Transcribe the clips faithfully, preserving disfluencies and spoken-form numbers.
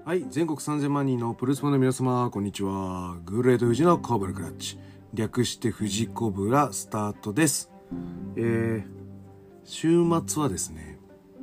はい、全国さんぜんまん人のプロレスファンの皆様、こんにちは。グレート富士のコブラクラッチ、略して富士コブラスタートです。えー、週末はですね、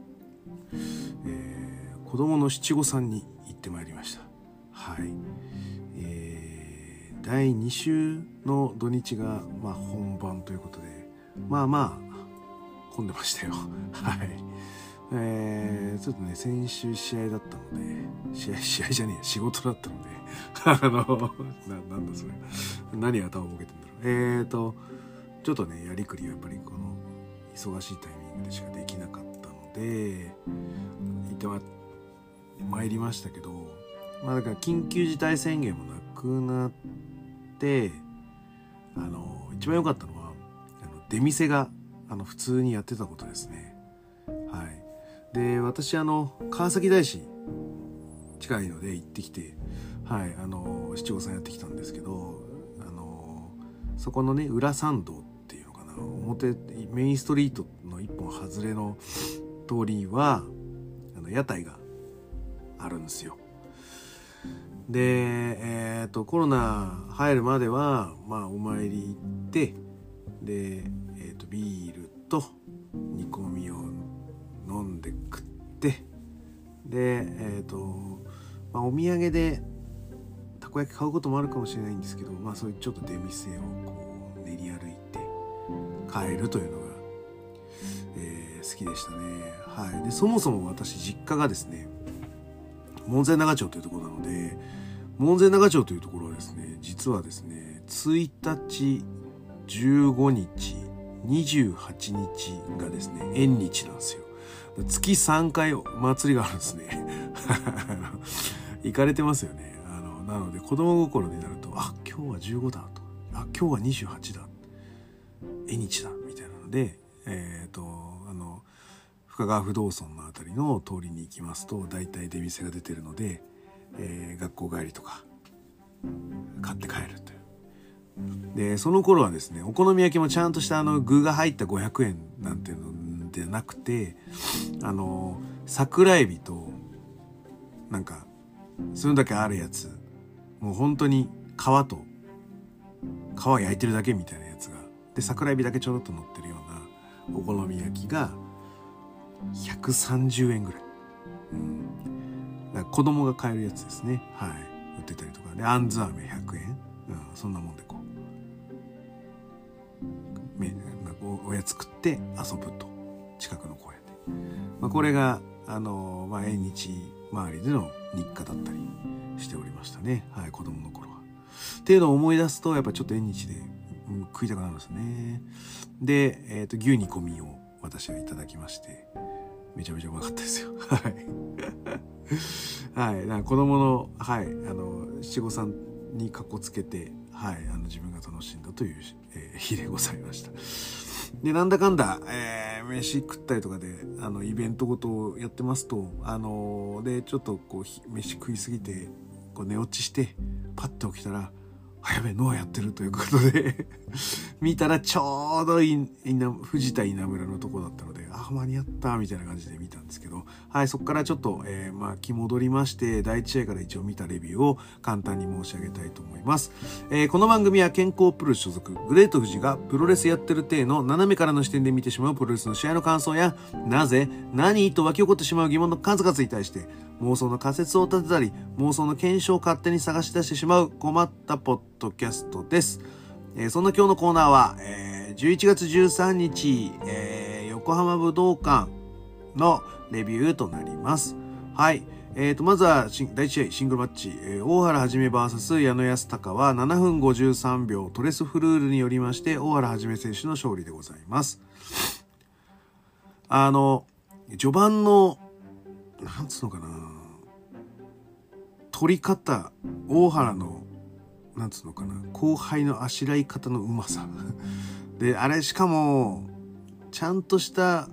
えー、子供の七五三に行ってまいりました。はい、えー、だいに週の土日が、まあ、本番ということで、まあまあ混んでましたよ。はい。えー、ちょっとね、先週試合だったので、試合、試合じゃねえや、仕事だったので、あの、な、なんだそれ。何頭ボケてんだろう。えーと、ちょっとね、やりくりはやっぱりこの、忙しいタイミングでしかできなかったので、行ってま、参りましたけど、まあだから緊急事態宣言もなくなって、あの、一番良かったのは、あの出店が、あの、普通にやってたことですね。はい。で、私あの川崎大師近いので行ってきて、はいあの七五三やってきたんですけど、あのそこのね裏参道っていうのかな、表メインストリートの一本外れの通りはあの屋台があるんですよ。で、えっとコロナ入るまではまあお参り行って、で、えっとビールと煮込みを飲んで食って、でえっと、まあ、お土産でたこ焼き買うこともあるかもしれないんですけど、まあそういうちょっと出店をこう練り歩いて帰るというのが、えー、好きでしたね。はい。でそもそも私実家がですね門前仲町というところなので、門前仲町というところはですね実はですねついたちじゅうごにちにじゅうはちにちがですね縁日なんですよ。月さんかい祭りがあるんですね。行かれてますよね。あのなので子供心になると、あ、今日はじゅうごだと、あ、今日はにじゅうはちだ、縁日だみたいなので、えっとあの深川不動尊のあたりの通りに行きますと大体出店が出てるので、えー、学校帰りとか買って帰るという。でその頃はですねお好み焼きもちゃんとしたあの具が入ったごひゃくえんなんていうのでなくて、あの桜エビとなんかそれだけあるやつ、もう本当に皮と皮焼いてるだけみたいなやつがで、桜エビだけちょろっと乗ってるようなお好み焼きがひゃくさんじゅうえんぐらい、うん、だから子供が買えるやつですね。はい、売ってたりとかで、あんず飴ひゃくえん、うん、そんなもんでこうめおやつ食って遊ぶと、近くの公園で、まあ、これがあの、まあ、縁日周りでの日課だったりしておりましたね。はい、子供の頃は。っていうのを思い出すとやっぱちょっと縁日で、うん、食いたくなるんですね。で、えーと、牛煮込みを私はいただきまして、めちゃめちゃうまかったですよ。はい。はい、なんか子供の、はい、あの七五三にかっこつけて、はい、あの自分が楽しんだという、えー、日でございました。でなんだかんだ、えー、飯食ったりとかであのイベントごとをやってますと、あのー、でちょっとこう飯食いすぎてこう寝落ちしてパッと起きたら、あ、やべえノアやってるということで見たらちょうどいい藤田稲村のとこだったので、あ、間に合ったみたいな感じで見たんですけど、はい、そこからちょっと、えー、まあ気戻りまして、だいいち試合から一応見たレビューを簡単に申し上げたいと思います。えー、この番組は健康プロレス所属グレート富士がプロレスやってる体の斜めからの視点で見てしまうプロレスの試合の感想や、なぜ何と湧き起こってしまう疑問の数々に対して妄想の仮説を立てたり、妄想の検証を勝手に探し出してしまう困ったポッドキャストです。えー、そんな今日のコーナーは、えー、じゅういちがつじゅうさんにち、えー、横浜武道館のレビューとなります。はい。えーと、まずはだいいち試合シングルマッチ、えー、大原はじめ ブイエス 矢野安隆はななふんごじゅうさんびょうトレスフルールによりまして大原はじめ選手の勝利でございます。あの序盤のなんつうのかな、取り方、大原のなんつうのかな、後輩のあしらい方のうまさで、あれしかもちゃんとした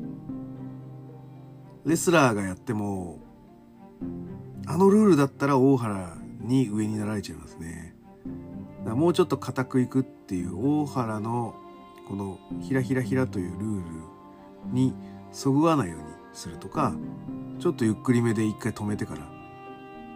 レスラーがやってもあのルールだったら大原に上になられちゃいますね。だからもうちょっと固くいくっていう大原のこのひらひらひらというルールにそぐわないようにするとか、ちょっとゆっくりめで一回止めてから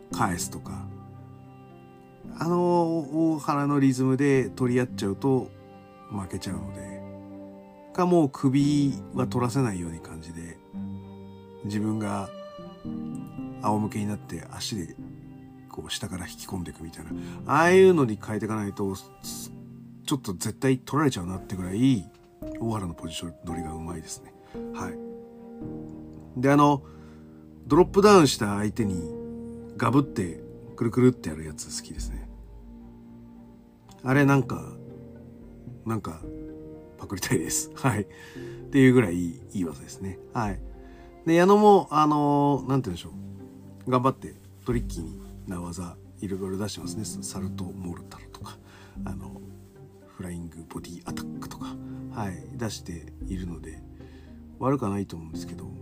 返すとか、あの大原のリズムで取り合っちゃうと負けちゃうので、かもう首は取らせないように感じで、自分が仰向けになって足でこう下から引き込んでいくみたいな、ああいうのに変えていかないとちょっと絶対取られちゃうなってぐらい大原のポジション取りがうまいですね。はい。で、あのドロップダウンした相手にガブってくるくるってやるやつ好きですね。あれなんかなんかパクりたいです。はい。っていうぐらいいい技ですね。はい。で、矢野もあのなんて言うんでしょう、頑張ってトリッキーな技いろいろ出してますね。サルトモルタルとか、あのフライングボディアタックとか、はい、出しているので悪くはないと思うんですけど、うん、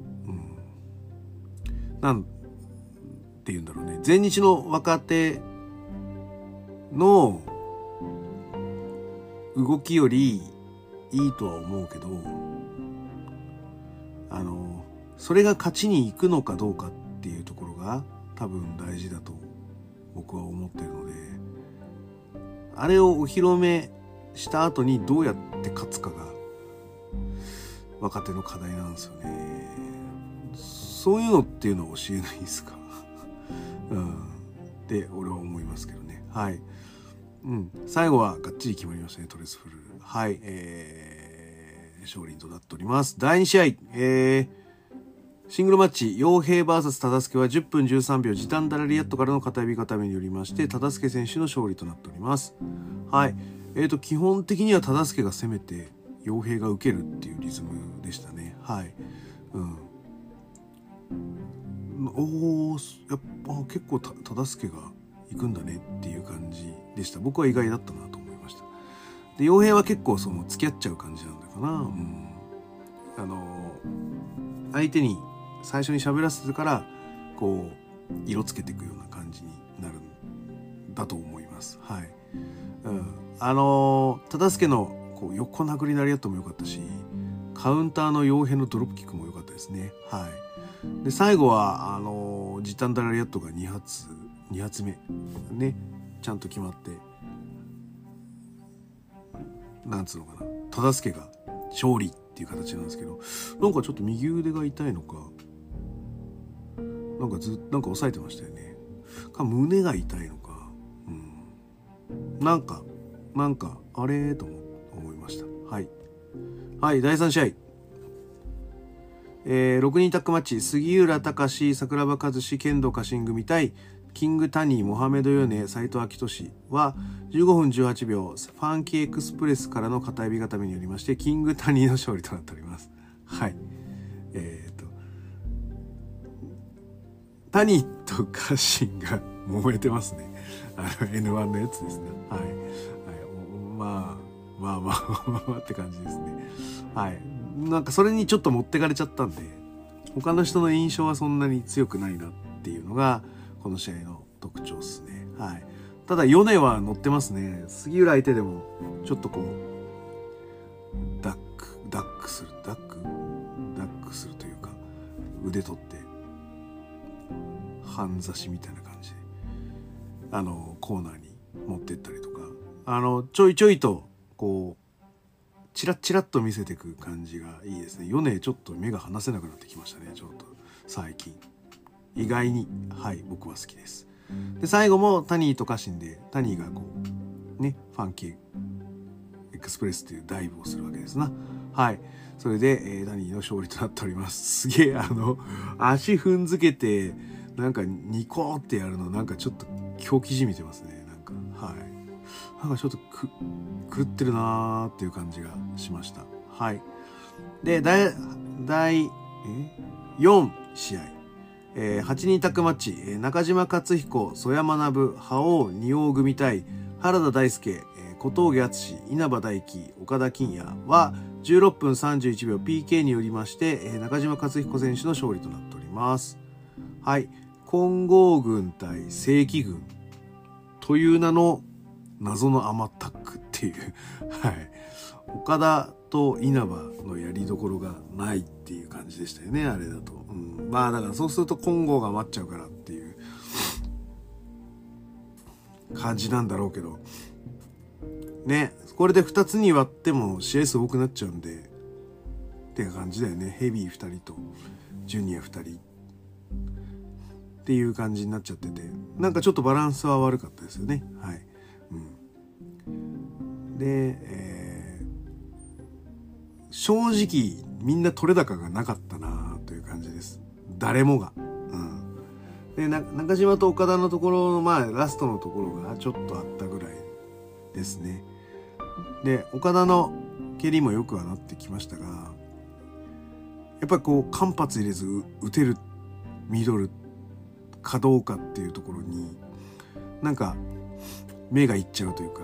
なんて言うんだろうね、前日の若手の動きよりいいとは思うけど、あのそれが勝ちに行くのかどうかっていうところが多分大事だと僕は思ってるので、あれをお披露目した後にどうやって勝つかが若手の課題なんですよね。そういうのっていうのは教えないですかうんって俺は思いますけどね。はい、うん、最後はがっちり決まりましたね、トレスフル。はい、えー、勝利となっております。だいに試合、えー、シングルマッチ傭兵 ブイエス 忠相はじゅっぷんじゅうさんびょう時短ダラリアットからの片指固めによりまして忠相選手の勝利となっております。はい、えーと基本的には忠相が攻めて傭兵が受けるっていうリズムでしたね。はい、うん、おー、やっぱ結構忠相が行くんだねっていう感じでした。僕は意外だったなと思いました。で、傭兵は結構その付き合っちゃう感じなんだかな。うん、あの相手に最初に喋らせてからこう色つけていくような感じになるんだと思います。はい、うん、あの忠相のこう横殴りラリアットも良かったし、カウンターの傭兵のドロップキックも良かったですね。はい。で、最後はあの時短ダラリアットがに発に発目ね、ちゃんと決まって、なんつうのかな、忠相が勝利っていう形なんですけど、なんかちょっと右腕が痛いのか、なんかずなんか押さえてましたよね。か胸が痛いのか、うん、なんかなんかあれと思いました。はい、はい、だいさん試合、えー、ろくにんタッグマッチ、杉浦隆、桜庭和志、剣道家臣組対キングタニー、モハメドヨネ、斉藤明俊はじゅうごふんじゅうはちびょう、ファンキーエクスプレスからの片指固めによりましてキングタニーの勝利となっております。はい、えーとタニーと家臣が揉めてますね。あの エヌワン のやつですね。はい、はい、まあまあまあまあって感じですね。はい、なんかそれにちょっと持ってかれちゃったんで、他の人の印象はそんなに強くないなっていうのがこの試合の特徴ですね。はい、ただ米は乗ってますね。杉浦相手でもちょっとこうダックダックするダックダックするというか、腕取って半差しみたいな感じであのコーナーに持ってったりとか、あのちょいちょいとこうチラッチラッと見せていく感じがいいですね。米ちょっと目が離せなくなってきましたね、ちょっと最近。意外に、はい、僕は好きです。で、最後もタニーと家臣で、タニーがこうね、ファンキーエクスプレスというダイブをするわけですな。はい、それで、えー、タニーの勝利となっております。すげえ、あの足踏んづけてなんかニコってやるの、なんかちょっと狂気じみてますね。なんか、はい、なんかちょっとく狂ってるなーっていう感じがしました。はい。で、第第えよん試合、えー、はちにんタッグマッチ、えー、中島克彦、曽山学、覇王二王組対原田大輔、えー、小峠敦、稲葉大輝、岡田金也はじゅうろっぷんさんじゅういちびょう ピーケー によりまして、えー、中島克彦選手の勝利となっております。はい。金剛軍対正規軍という名の謎のアマタックっていうはい、岡田と稲葉のやりどころがないっていう感じでしたよね、あれだと。うん、まあだからそうすると金剛が待っちゃうからっていう感じなんだろうけど。ね、これでふたつに割っても試合数多くなっちゃうんで、って感じだよね。ヘビーふたりとジュニアふたりっていう感じになっちゃってて、なんかちょっとバランスは悪かったですよね。はい。うん、で、えー、正直みんな取れ高がなかったなという感じです。誰もが。うん、でな中島と岡田のところの、まあ、ラストのところがちょっとあったぐらいですね。で岡田の蹴りもよくはなってきましたが、やっぱりこう間髪入れず打てるミドルかどうかっていうところになんか目がいっちゃうというか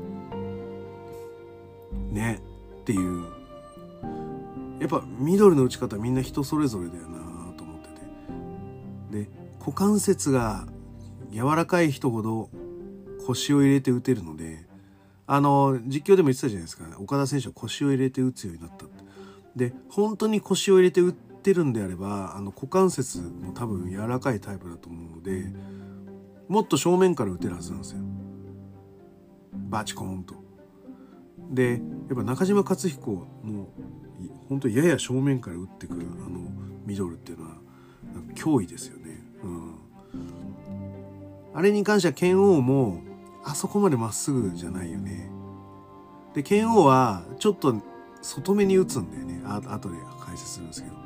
ねっていう、やっぱミドルの打ち方みんな人それぞれだよなと思ってて、で股関節が柔らかい人ほど腰を入れて打てるので、あの実況でも言ってたじゃないですか、ね、岡田選手は腰を入れて打つようになったって。で本当に腰を入れて打ってるんであれば、あの股関節も多分柔らかいタイプだと思うので、もっと正面から打てるはずなんですよ、バチコーンと。でやっぱ中島克彦の本当にやや正面から打ってくるあのミドルっていうのは脅威ですよね、うん、あれに関しては拳王もあそこまでまっすぐじゃないよね。で拳王はちょっと外目に打つんだよね。あ後で解説するんですけど、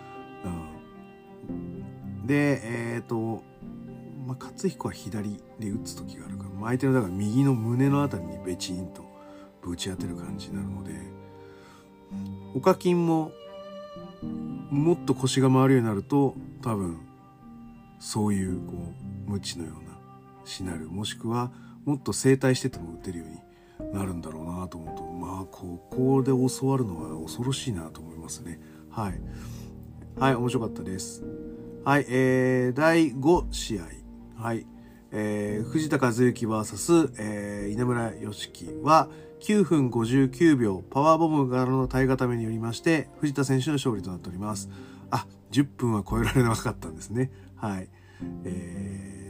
うん、でえっ、ー、とまあ勝彦は左で打つ時があるから、まあ、相手のだから右の胸のあたりにベチンとぶち当てる感じになるので、岡金ももっと腰が回るようになると多分そういうこう無知のようなしなる、もしくはもっと正対してても打てるようになるんだろうなと思うと、まあここで教わるのは恐ろしいなと思いますね。はいはい、面白かったです。はい、えー、だいご試合、はい、えー、藤田和幸 ブイエス、えー、稲村良樹はきゅうふんごじゅうきゅうびょうパワーボムからの耐え固めによりまして藤田選手の勝利となっております。あ、じゅっぷんは超えられなかったんですね。はい、えー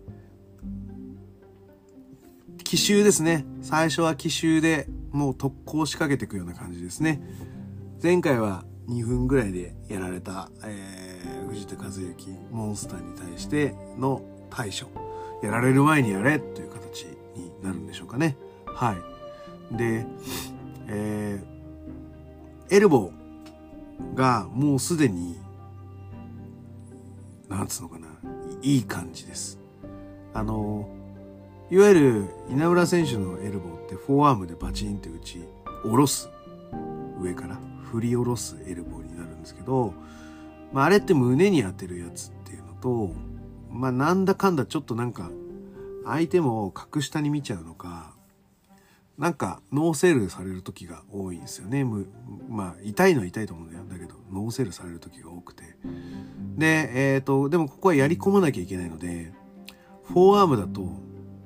奇襲ですね。最初は奇襲でもう特攻を仕掛けていくような感じですね。前回はにふんぐらいでやられた、えー、藤田和幸モンスターに対しての対処、やられる前にやれという形になるんでしょうかね。はい。で、えー、エルボーがもうすでになんつうのかな、いい感じです。あのいわゆる稲村選手のエルボーってフォーアームでバチンって打ち下ろす、上から振り下ろすエルボーになるんですけど、まあ、あれって胸に当てるやつっていうのと、まあなんだかんだちょっとなんか相手も格下に見ちゃうのか、なんかノーセールされる時が多いんですよね。まあ痛いのは痛いと思うんだよ、だけどノーセールされる時が多くて、でえっとでもここはやり込まなきゃいけないので、フォーアームだと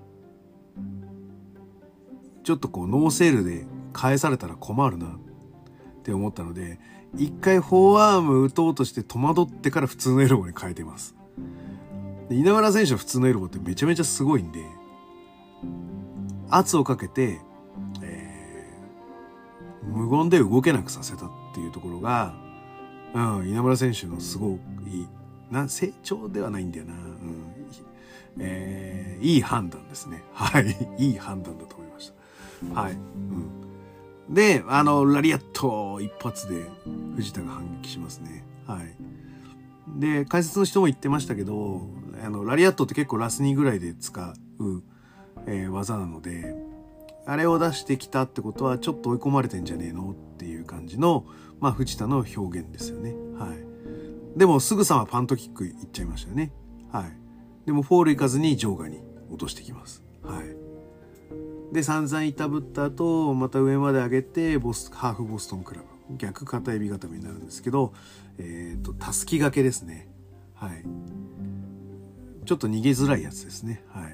ちょっとこうノーセールで返されたら困るなって思ったので、一回フォーアーム打とうとして戸惑ってから普通のエルボーに変えてます。で稲村選手の普通のエルボーってめちゃめちゃすごいんで、圧をかけて、えー、無言で動けなくさせたっていうところが、うん、稲村選手のすごいな成長ではないんだよな、うんえー、いい判断ですね。はいいい判断だと思いました。はい、うん、であのラリアット一発で藤田が反撃しますね。はい、で解説の人も言ってましたけど、あのラリアットって結構ラスにぐらいで使う、えー、技なので、あれを出してきたってことはちょっと追い込まれてんじゃねえのっていう感じの、まあ、藤田の表現ですよね。はい、でもすぐさまパントキックいっちゃいましたよね。はい、でもフォールいかずに場外に落としてきます。はい、で散々いたぶった後また上まで上げてボスハーフボストンクラブ逆片エビ固めになるんですけど、えっとたすき掛けですね。はい、ちょっと逃げづらいやつですね。はい、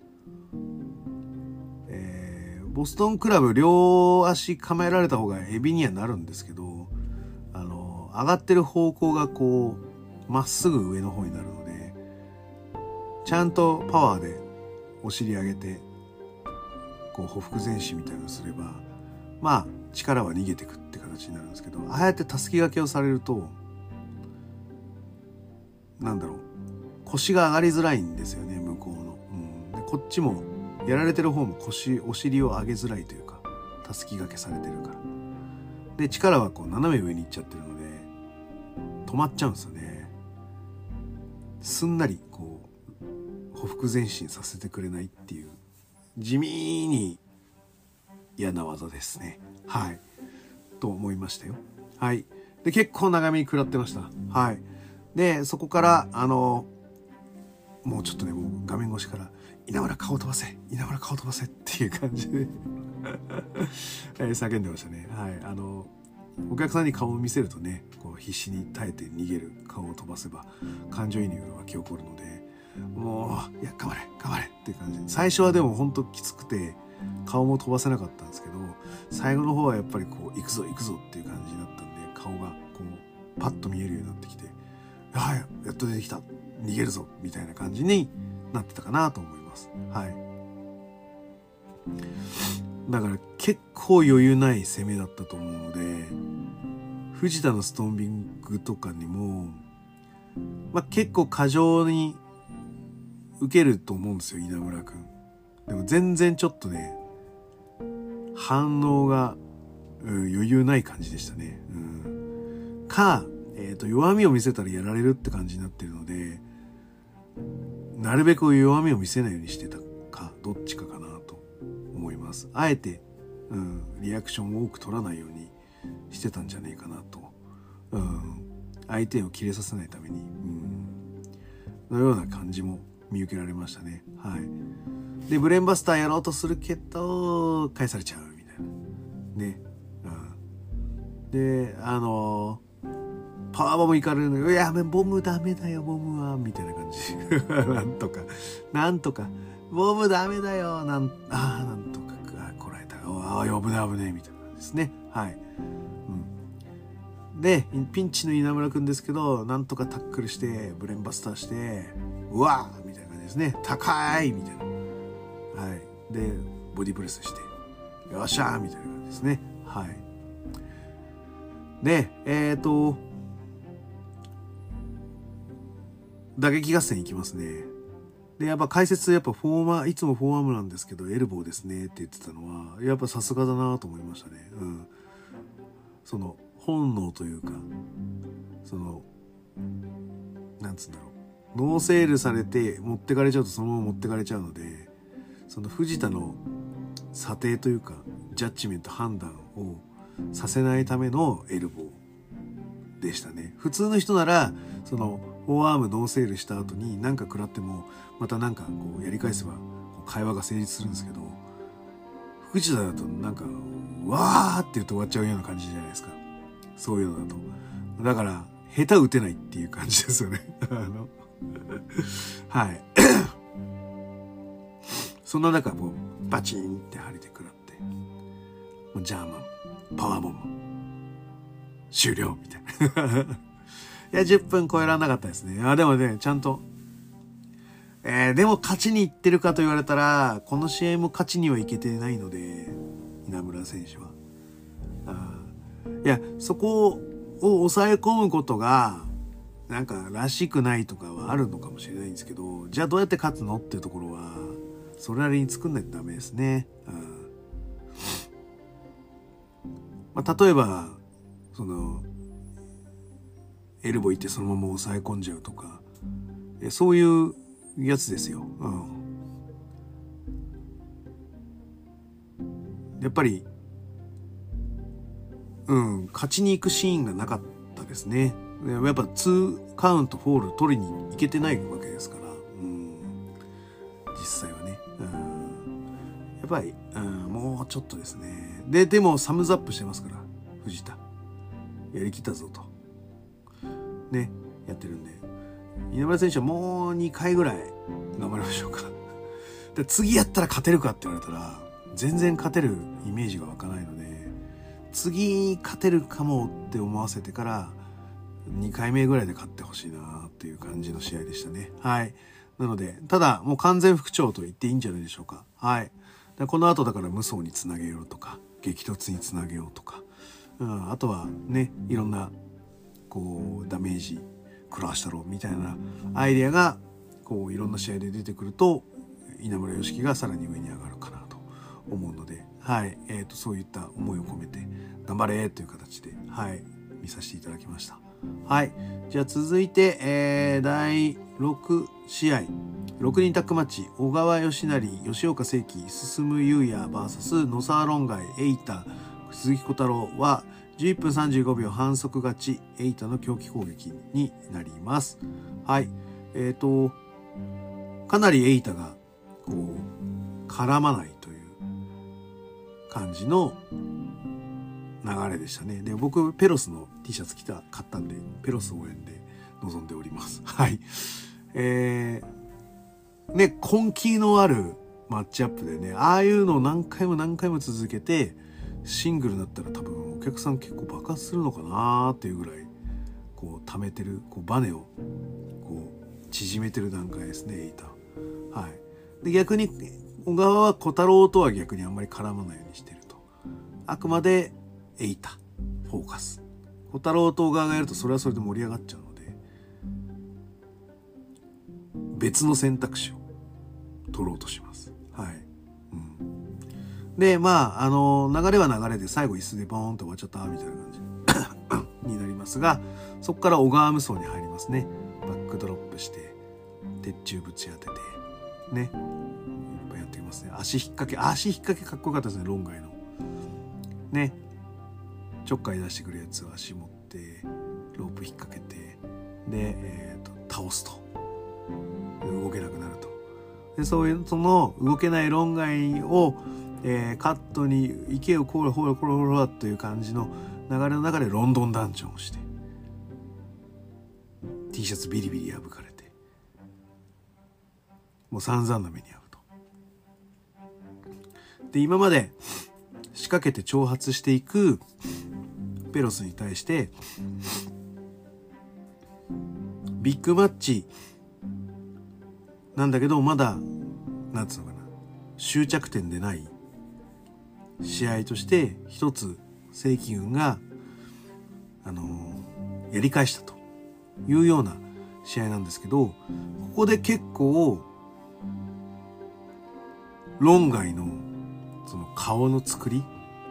えー、ボストンクラブ両足構えられた方がエビにはなるんですけど、あの上がってる方向がこうまっすぐ上の方になるので、ちゃんとパワーでお尻上げてこうほふく前進みたいなのすればまあ力は逃げてくって形になるんですけど、ああやってたすき掛けをされるとなんだろう腰が上がりづらいんですよね向こうの、うん、でこっちもやられてる方も腰お尻を上げづらいというかたすき掛けされてるからで力はこう斜め上に行っちゃってるので止まっちゃうんですよね。すんなりこうほふく前進させてくれないっていう地味に嫌な技ですね。はいと思いましたよ。はいで結構長めに食らってました。はいでそこからあのもうちょっとねもう画面越しから稲村顔飛ばせ稲村顔飛ばせっていう感じで叫んでましたね。はいあのお客さんに顔を見せるとねこう必死に耐えて逃げる顔を飛ばせば感情移入が湧き起こるのでもういや頑張れ頑張れっていう感じで最初はでも本当きつくて顔も飛ばせなかったんですけど最後の方はやっぱりこう行くぞ行くぞっていう感じになったんで顔がこうパッと見えるようになってきてはいやっと出てきた逃げるぞみたいな感じになってたかなと思います。はいだから結構余裕ない攻めだったと思うので藤田のストーンビングとかにも、まあ、結構過剰に受けると思うんですよ稲村くん。でも全然ちょっとね反応が、うん、余裕ない感じでしたね。うん、か、えーと、弱みを見せたらやられるって感じになってるのでなるべく弱みを見せないようにしてたかどっちかかなと思います。あえて、うん、リアクションを多く取らないようにしてたんじゃねえかなと、うん、相手を切れさせないために、うん、のような感じも見受けられましたね。はいでブレーンバスターやろうとするけど返されちゃうみたいなね、うん、であのパワーボムいかれるのよ。いやボムダメだよボムはみたいな感じなんとかなんとかボムダメだよなんああなんとかこらえたああ危ね危ねみたいな感じですね。はい、うん、でピンチの稲村くんですけどなんとかタックルしてブレーンバスターしてうわーみたいな感じですね。高いみたいなはいでボディプレスしてよっしゃーみたいな感じですね。はいでえっ、ー、と打撃合戦いきますね。でやっぱ解説やっぱフォーマーいつもフォーアームなんですけどエルボーですねって言ってたのはやっぱさすがだなと思いましたね。うん、その本能というかそのなんつうんだろうノーセールされて持ってかれちゃうとそのまま持ってかれちゃうのでその藤田の査定というかジャッジメント判断をさせないためのエルボーでしたね。普通の人ならそのフォーアームノーセールした後に何か食らってもまた何かこうやり返せば会話が成立するんですけど藤田だとなんかわーって言って終わっちゃうような感じじゃないですかそういうのだと。だから下手打てないっていう感じですよねあのはいそんな中もうバチンって張りで食らってもうジャーマンパワーボム終了みたいないやじゅっぷん超えられなかったですね。あでもねちゃんとえー、でも勝ちにいってるかと言われたらこの試合も勝ちにはいけてないので稲村選手はあいやそこを抑え込むことがなんからしくないとかはあるのかもしれないんですけどじゃあどうやって勝つのっていうところはそれなりに作んないとダメですね。うんまあ、例えばそのエルボー行ってそのまま抑え込んじゃうとかそういうやつですよ。うん、やっぱりうん勝ちに行くシーンがなかったですね。やっぱにカウントフォール取りに行けてないわけですから、うん、実際はね、うん、やっぱり、うん、もうちょっとですね。ででもサムズアップしてますから藤田やりきったぞとねやってるんで稲村選手はもうにかいぐらい頑張りましょうかで次やったら勝てるかって言われたら全然勝てるイメージが湧かないので次勝てるかもって思わせてからにかいめぐらいで勝ってほしいなっていう感じの試合でしたね。はいなので、ただもう完全復調と言っていいんじゃないでしょうか。はい。でこの後だから無双につなげようとか、激突につなげようとか、うん、あとはね、いろんなこうダメージ食らわしたろうみたいなアイデアがこういろんな試合で出てくると、稲村良樹がさらに上に上がるかなと思うので、はい、えーと、そういった思いを込めて頑張れという形で、はい、見させていただきました。はい、じゃあ続いて、えー、だいろく試合ろくにんタッグマッチ、小川義成、吉岡聖輝、進優也 ブイエス 野沢論外、エイタ、鈴木小太郎はじゅういっぷんさんじゅうごびょう反則勝ち、エイタの狂気攻撃になります。はい、えーとかなりエイタがこう絡まないという感じの流れでしたね。で、僕ペロスの T シャツ着た買ったんで、ペロス応援で臨んでおります。はい。えー、ね、根気のあるマッチアップでね、ああいうのを何回も何回も続けて、シングルだったら多分お客さん結構爆発するのかなーっていうぐらい、こう溜めてる、こうバネをこう縮めてる段階ですね、エイタ。はい。で、逆に小川は小太郎とは逆にあんまり絡まないようにしてると。あくまでエイタフォーカス。小太郎と小川がやるとそれはそれで盛り上がっちゃうので、別の選択肢を取ろうとします。はい。うん、で、まああの流れは流れで最後椅子でボーンと終わっちゃったみたいな感じになりますが、そこから小川無双に入りますね。バックドロップして鉄柱ぶち当ててね、いっぱいやってきますね。足引っ掛け、足引っ掛けかっこよかったですね、論外のね。ちょっかい出してくるやつを足持ってロープ引っ掛けて、で、えー、と倒すと、動けなくなると。で、そういうその動けない論外を、えー、カットに行けよこらほらほらほらという感じの流れの中でロンドンダンジョンをして T シャツビリビリ破かれて、もう散々な目に遭うと。で、今まで仕掛けて挑発していくペロスに対してビッグマッチなんだけど、まだなんつうのかな、終着点でない試合として一つ正規軍があのー、やり返したというような試合なんですけど、ここで結構論外のその顔の作り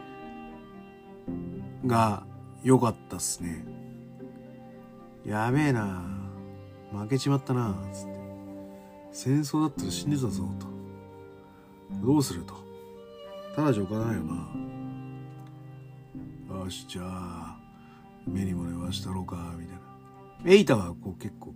が良かったっすね。やべえな、負けちまったなつって、戦争だったら死んでたぞと、どうすると、ただじゃおかないよな、よしじゃあ目にもねわしたろうかみたいな。エイタはこう結構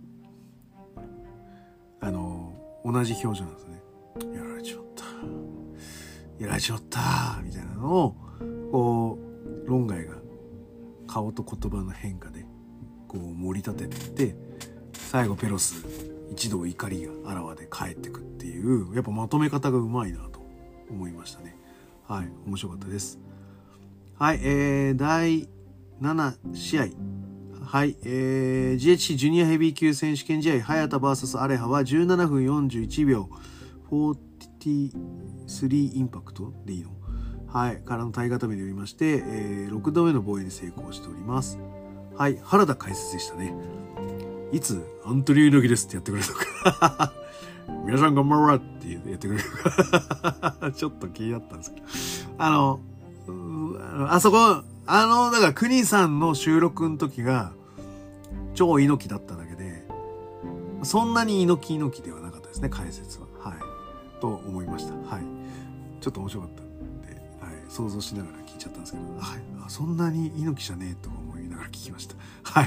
あの同じ表情なんですね。やられちまったやられちまったみたいなのをこう論外が顔と言葉の変化でこう盛り立ててって、最後ペロス一同怒りがあらわで帰ってくっていう、やっぱまとめ方がうまいなと思いましたね。はい、面白かったです。はい、えー、だいなな試合、はい、えー、ジーエイチシー ジュニアヘビー級選手権試合、早田 ブイエス アレハはじゅうななふんよんじゅういちびょうよんじゅうさんインパクトでいいの、はい、からの体固めでおりまして、えー、ろくどめの防衛に成功しております。はい、原田解説でしたね。いつアントニオ猪木ですってやってくれるのか皆さん頑張ろうって言ってくれるのかちょっと気になったんですけど、あのあそこあのだから国さんの収録の時が超猪木だっただけで、そんなに猪木猪木ではなかったですね、解説は。はい、と思いました。はい、ちょっと面白かったんで、はい、想像しながら聞いちゃったんですけど、はい、あ、そんなに猪木じゃねえと思いながら聞きました。はい、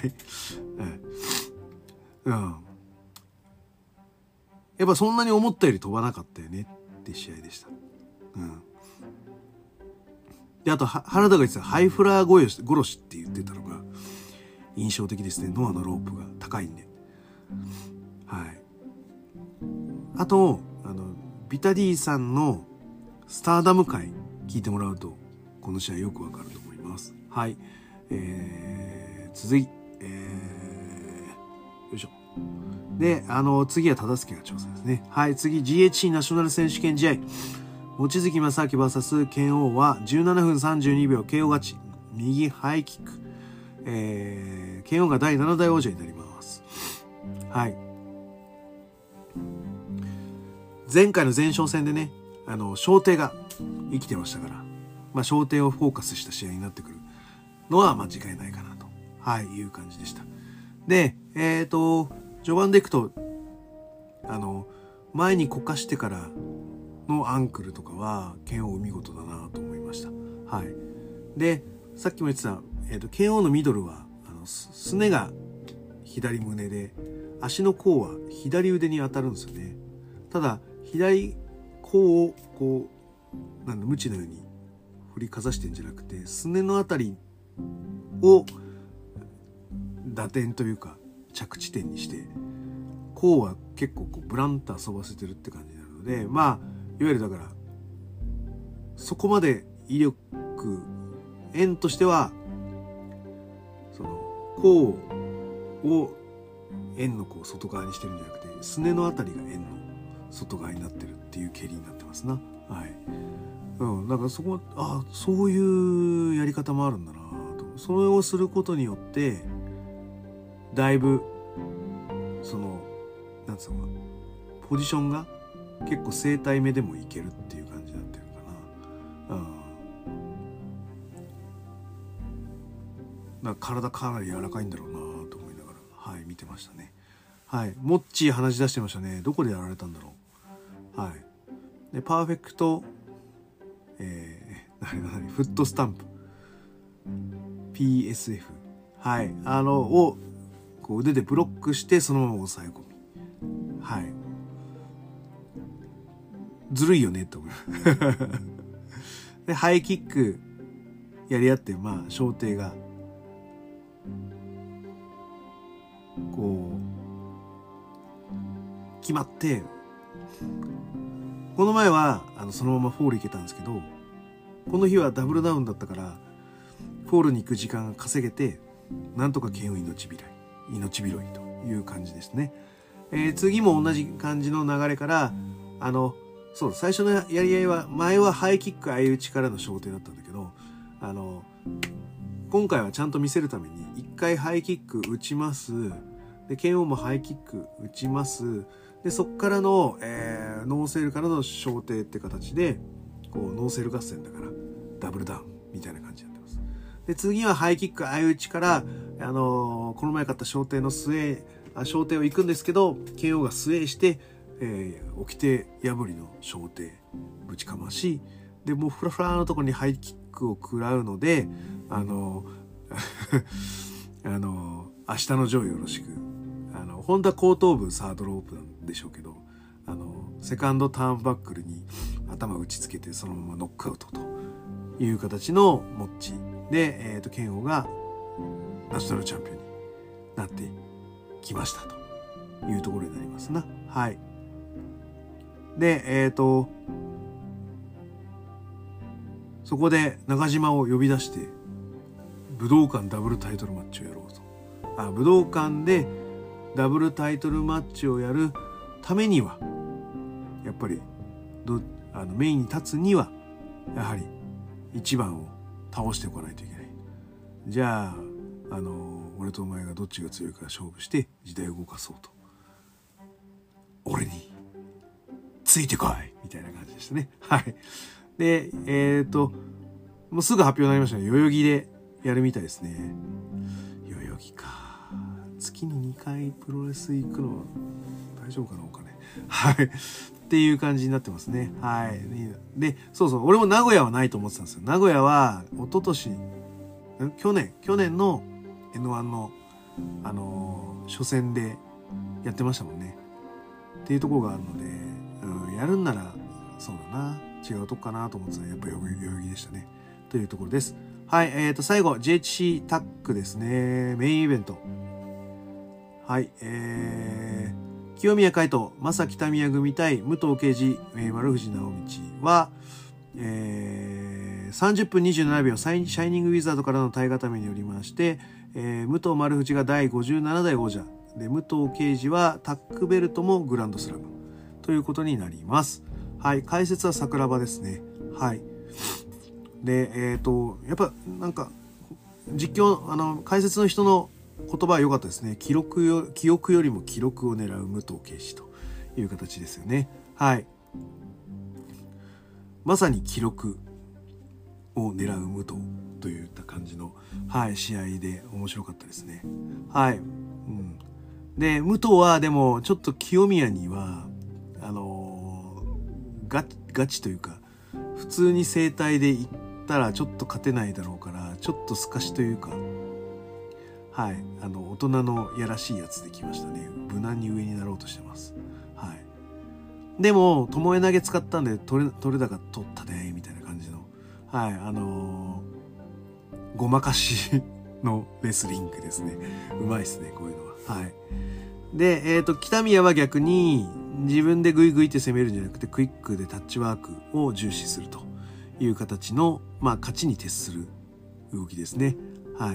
うん、やっぱそんなに思ったより飛ばなかったよねって試合でした。うん。で、あと原田が言ってたハイフラー殺しって言ってたのが印象的ですね。ノアのロープが高いんで。はい。あと、あの、ビタディさんのスターダム回聞いてもらうと、この試合よくわかると思います。はい。えー、続いて、えいしょ。で、あの、次は忠相が挑戦ですね。はい、次、ジーエイチシー ナショナル選手権試合。望月正明 ブイエス 剣王はじゅうななふんさんじゅうにびょう ケーオー 勝ち。右ハイキック。えー、剣王がだいななだい王者になります。はい。前回の前哨戦でね、あの、掌底が生きてましたから、まあ、掌底をフォーカスした試合になってくるのは間違いないかなと、はい、いう感じでした。で、えっと、序盤でいくと、あの、前にこかしてからのアンクルとかは、剣王見事だなと思いました。はい。で、さっきも言ってた、えっと、剣王のミドルは、あの、す、すねが左胸で、足の甲は左腕に当たるんですよね。ただ、左甲をこう、なんだ、無知のように振りかざしてんじゃなくて、すねのあたりを打点というか着地点にして、甲は結構こうブランと遊ばせてるって感じなので、まあいわゆるだからそこまで威力円としてはその甲を円のこう外側にしてるんじゃなくて、すねのあたりが円の外側になってるっていう蹴りになってますな。はい。うん。だからそこは、あ、そういうやり方もあるんだなと。それをすることによって、だいぶ、その、なんつうのかな、ポジションが結構正対目でもいけるっていう感じになってるかな。うん。なんか体かなり柔らかいんだろうなと思いながら、はい、見てましたね。はい。モッチー話し出してましたね。どこでやられたんだろう。はい。で、パーフェクト、えー、何何フットスタンプ。ピーエスエフ。はい。あの、を、こう腕でブロックして、そのまま押さえ込み。はい。ずるいよね、と思う。で、ハイキック、やり合って、まあ、掌底が、こう、決まって、この前はあのそのままフォールいけたんですけど、この日はダブルダウンだったからフォールに行く時間が稼げて、なんとか剣を命拾い命拾いという感じですね。えー、次も同じ感じの流れから、あのそう最初のやり合いは、前はハイキック相打ちからの掌底だったんだけど、あの今回はちゃんと見せるために一回ハイキック打ちます。で、剣王もハイキック打ちます。で、そっからの、えー、ノーセールからの掌底って形で、こう、ノーセール合戦だから、ダブルダウンみたいな感じになってます。で、次はハイキック相打ちから、あのー、この前買った掌底の末、あ、掌底を行くんですけど、剣王が末して、えー、掟破りの掌底ぶちかまし、で、もうフラフラのところにハイキックを食らうので、あのー、あのー、明日のジョーよろしく。あの、本当は後頭部サードロープなんでしょうけど、あの、セカンドターンバックルに頭打ちつけてそのままノックアウトという形のモッチで、えっと、剣王がナショナルチャンピオンになってきましたというところになりますな。はい。で、えっと、そこで中島を呼び出して、武道館ダブルタイトルマッチをやろうと。あ、武道館でダブルタイトルマッチをやるためには、やっぱりどあのメインに立つにはやはり一番を倒しておかないといけない。じゃあ、あの俺とお前がどっちが強いか勝負して時代を動かそうと。俺についてこいみたいな感じでしたね。はい。で、えっともうすぐ発表になりましたね。代々木でやるみたいですね。代々木か。月ににかいプロレス行くのは大丈夫かな、お金。はい。っていう感じになってますね。はい。で、そうそう。俺も名古屋はないと思ってたんですよ。名古屋は、一昨年、去年、去年の エヌワン の、あのー、初戦でやってましたもんね。っていうところがあるので、うん、やるんなら、そうだな。違うとこかなと思ってたら、やっぱり代々木でしたね。というところです。はい。えっと、最後、ジェイエイチシー タッグですね。メインイベント。はい、えー、清宮海斗、正北宮組対武藤敬司、えー、丸藤直道は、えー、さんじゅっぷんにじゅうななびょう、シャイニングウィザードからの体固めによりまして、えー、武藤丸藤がだいごじゅうななだい王者、 で、武藤敬司はタックベルトもグランドスラムということになります。はい。解説は桜庭ですね。はい。で、えっと、やっぱなんか、実況、あの、解説の人の言葉は良かったですね。記録よ、記憶よりも記録を狙う武藤敬司という形ですよね。はい。まさに記録を狙う武藤といった感じの、はい、試合で面白かったですね。はい。うん、で、武藤はでもちょっと清宮には、あのー、ガチ、ガチというか、普通に整体で行ったらちょっと勝てないだろうから、ちょっと透かしというか、はい、あの、大人のやらしいやつできましたね。無難に上になろうとしてます。はい。でも、巴投げ使ったんで、取れ、取れ高取ったね、みたいな感じの、はい、あのー、ごまかしのレスリングですね。うまいですね、こういうのは。はい。で、えっと、北宮は逆に、自分でグイグイって攻めるんじゃなくて、クイックでタッチワークを重視するという形の、まあ、勝ちに徹する動きですね。はい。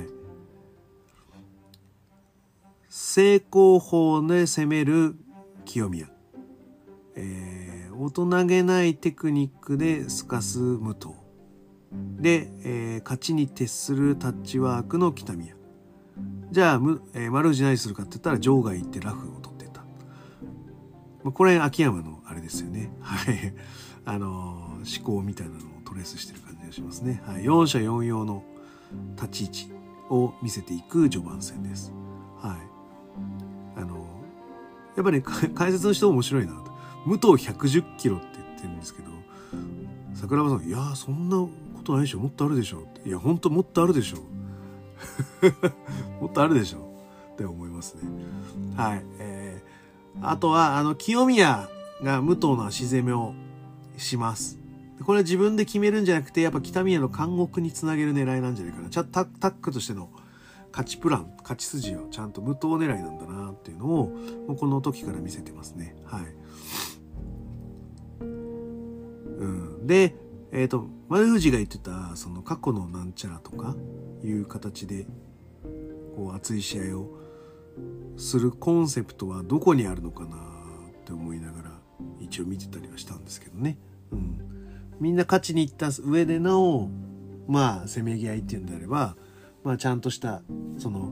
正攻法で攻める清宮。えー、大人げないテクニックで透かす武藤。で、えー、勝ちに徹するタッチワークの北宮。じゃあ、えー、丸藤何するかって言ったら場外行ってラフを取ってた。まあ、これ秋山のあれですよね。はい。あのー、思考みたいなのをトレースしてる感じがしますね。はい。よん者よん様の立ち位置を見せていく序盤戦です。はい。あのー、やっぱり、ね、解説の人面白いなと。武藤ひゃくじゅっキロって言ってるんですけど、桜庭さん、いやーそんなことないでしょ、もっとあるでしょ。いや、ほんともっとあるでしょ。もっとあるでしょって思いますね。はい。えー、あとは、あの、清宮が武藤の足攻めをします。これは自分で決めるんじゃなくて、やっぱ北宮の監獄につなげる狙いなんじゃないかな。ちゃんとタックとしての勝ちプラン、勝ち筋をちゃんと武藤狙いなんだなっていうのを、もうこの時から見せてますね。はい。うん、で、えっと、丸藤が言ってた、その過去のなんちゃらとかいう形で、こう熱い試合をするコンセプトはどこにあるのかなって思いながら一応見てたりはしたんですけどね。うん。みんな勝ちに行った上でなお、まあ、せめぎ合いっていうんであれば、まあ、ちゃんとした、その、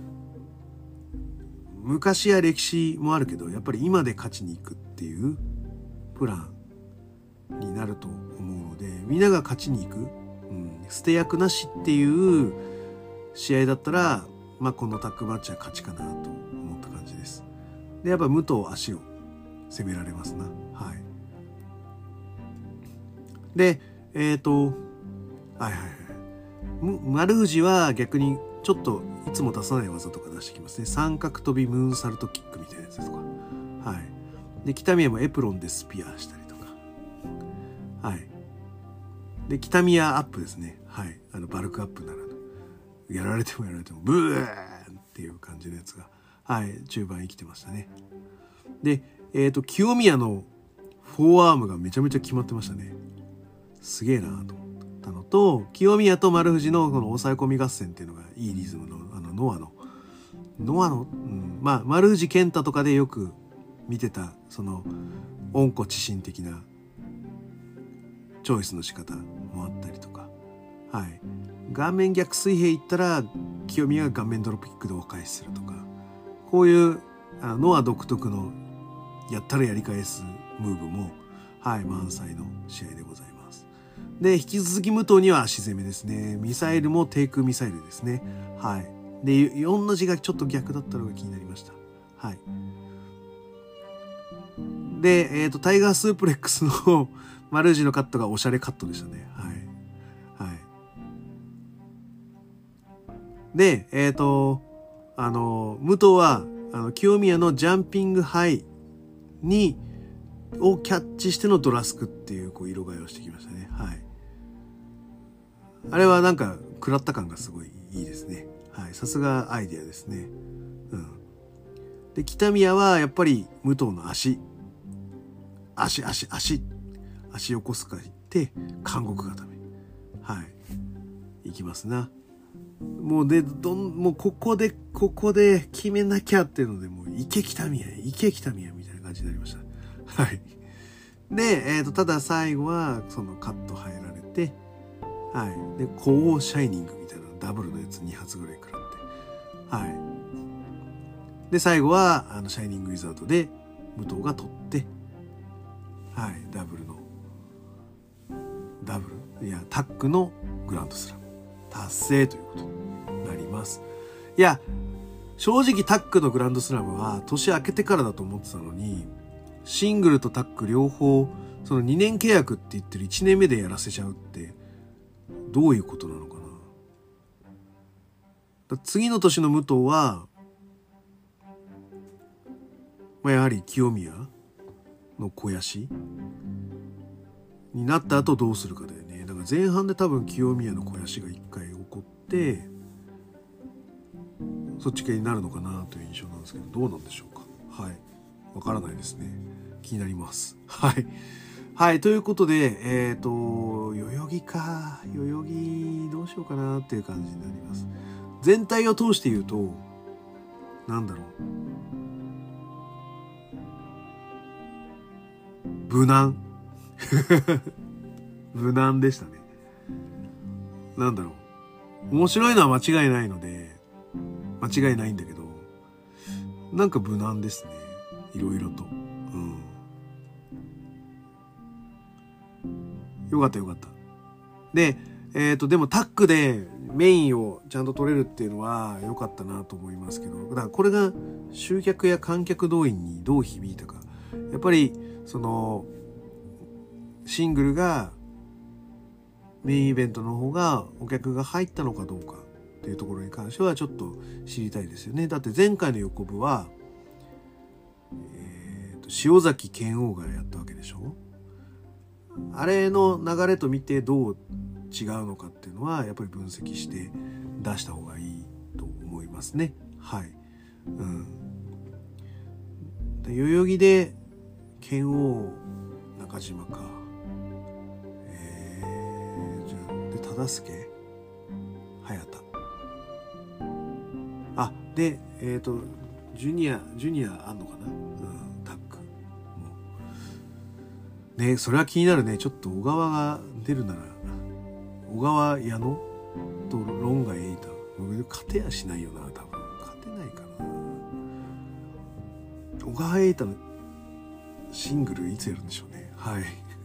昔や歴史もあるけど、やっぱり今で勝ちに行くっていうプランになると思うので、みんなが勝ちに行く、うん、捨て役なしっていう試合だったら、まあこのタッグマッチは勝ちかなと思った感じです。で、やっぱ武藤足を攻められますな。はい。で、えっと、はいはいはい。丸藤は逆にちょっといつも出さない技とか出してきますね。三角飛びムーンサルトキックみたいなやつとか。はい。で、北宮もエプロンでスピアしたりとか。はい。で、北宮アップですね。はい。あの、バルクアップならぬ。やられてもやられても、ブーンっていう感じのやつが、はい、中盤生きてましたね。で、えっと、清宮のフォーアームがめちゃめちゃ決まってましたね。すげえなと思ったのと、清宮と丸藤のこの抑え込み合戦っていうのがいいリズムの、あの、ノアの、ノアの、うん、まあ、丸藤健太とかでよく見てた、その、温故知新的なチョイスの仕方もあったりとか、はい。顔面逆水平行ったら清宮が顔面ドロップキックでお返しするとか、こういうあのノア独特のやったらやり返すムーブも、はい、満載の試合でございます。で、引き続き武藤には足攻めですね。ミサイルも低空ミサイルですね。はい。で、よんの字がちょっと逆だったのが気になりました。はい。で、えっと、タイガースープレックスの丸藤のカットがおしゃれカットでしたね。はい。はい。で、えっと、あの、武藤は、あの、清宮のジャンピングハイに、をキャッチしてのドラスクっていう、こう、色替えをしてきましたね。はい。あれはなんか、食らった感がすごいいいですね。はい。さすがアイデアですね。うん。で、北宮は、やっぱり、武藤の足。足、足、足。足横須賀行って、監獄固め。はい。行きますな。 もうで、どん、もうここで、ここで決めなきゃっていうので、もう池北宮、池北宮みたいな感じになりました。はい。で、えっと、ただ最後は、そのカット入られて、はい。で、コーシャイニングみたいなダブルのやつに発ぐらい食らって、はい。で、最後は、あの、シャイニングウィザードで、武藤が取って、はい。ダブルの、ダブルいや、タックのグランドスラム達成ということになります。いや、正直タックのグランドスラムは年明けてからだと思ってたのに、シングルとタック両方、そのにねん契約って言ってるいちねんめでやらせちゃうって、どういうことなのかな。だ次の年の武藤は、まあ、やはり清宮の肥やしになった後どうするかだよね。だから前半で多分清宮の肥やしが一回起こって、そっち系になるのかなという印象なんですけど、どうなんでしょうか。はい。わからないですね。気になります。はい。はい。ということで、えっと、代々木か。代々木どうしようかなっていう感じになります。全体を通して言うと、なんだろう。無難。無難でしたね。なんだろう。面白いのは間違いないので、間違いないんだけど、なんか無難ですね。いろいろと。うん。よかったよかった。で、えっと、でもタックでメインをちゃんと取れるっていうのは良かったなと思いますけど、だからこれが集客や観客動員にどう響いたか。やっぱり、その、シングルがメインイベントの方がお客が入ったのかどうかっていうところに関してはちょっと知りたいですよね。だって前回の横部は、えーと、塩崎拳王がやったわけでしょ。あれの流れと見てどう違うのかっていうのはやっぱり分析して出した方がいいと思いますね。はい。うん。で代々木で拳王中島か。忠助早田あでえっ、ー、とジュニアジュニアあんのかな、うん、タッグもね。それは気になるね。ちょっと小川が出るなら小川矢野とロンガエイタ勝てやしないよな。多分勝てないかな。小川エイタのシングルいつやるんでしょうね。はい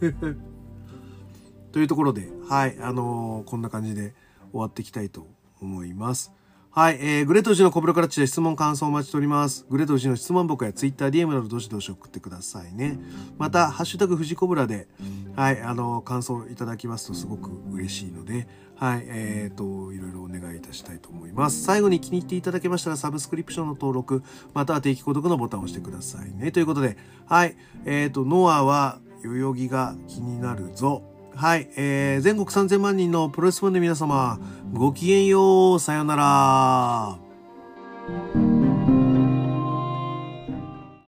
というところで、はい、あのー、こんな感じで終わっていきたいと思います。はい、えー、グレートウジのコブラクラッチで質問感想お待ちしております。グレートウジの質問箱やツイッター、ディーエム などどしどし送ってくださいね。また、ハッシュタグ富士コブラで、はい、あのー、感想いただきますとすごく嬉しいので、はい、えーと、いろいろお願いいたしたいと思います。最後に気に入っていただけましたら、サブスクリプションの登録、または定期購読のボタンを押してくださいね。ということで、はい、えーと、ノアは代々木が気になるぞ。はい、えー、全国さんぜんまん人のプロレスファンの皆様、ごきげんよう、さよなら。